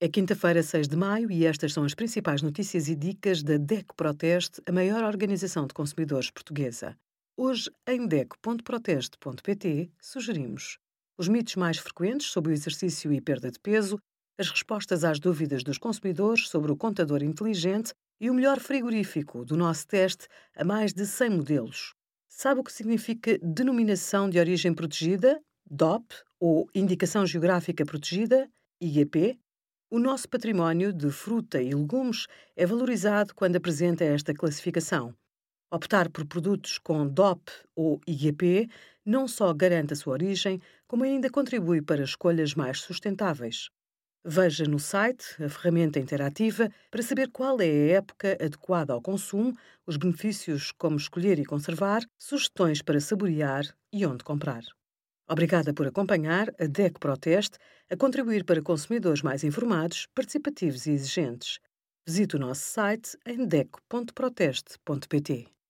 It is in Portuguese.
É quinta-feira, 6 de maio, e estas são as principais notícias e dicas da DECO Proteste, a maior organização de consumidores portuguesa. Hoje, em DECO.proteste.pt, sugerimos os mitos mais frequentes sobre o exercício e perda de peso, as respostas às dúvidas dos consumidores sobre o contador inteligente e o melhor frigorífico do nosso teste a mais de 100 modelos. Sabe o que significa Denominação de Origem Protegida, DOP, ou Indicação Geográfica Protegida, IGP? O nosso património de fruta e legumes é valorizado quando apresenta esta classificação. Optar por produtos com DOP ou IGP não só garante a sua origem, como ainda contribui para escolhas mais sustentáveis. Veja no site a ferramenta interativa para saber qual é a época adequada ao consumo, os benefícios como escolher e conservar, sugestões para saborear e onde comprar. Obrigada por acompanhar a DECO Proteste a contribuir para consumidores mais informados, participativos e exigentes. Visite o nosso site em deco.proteste.pt.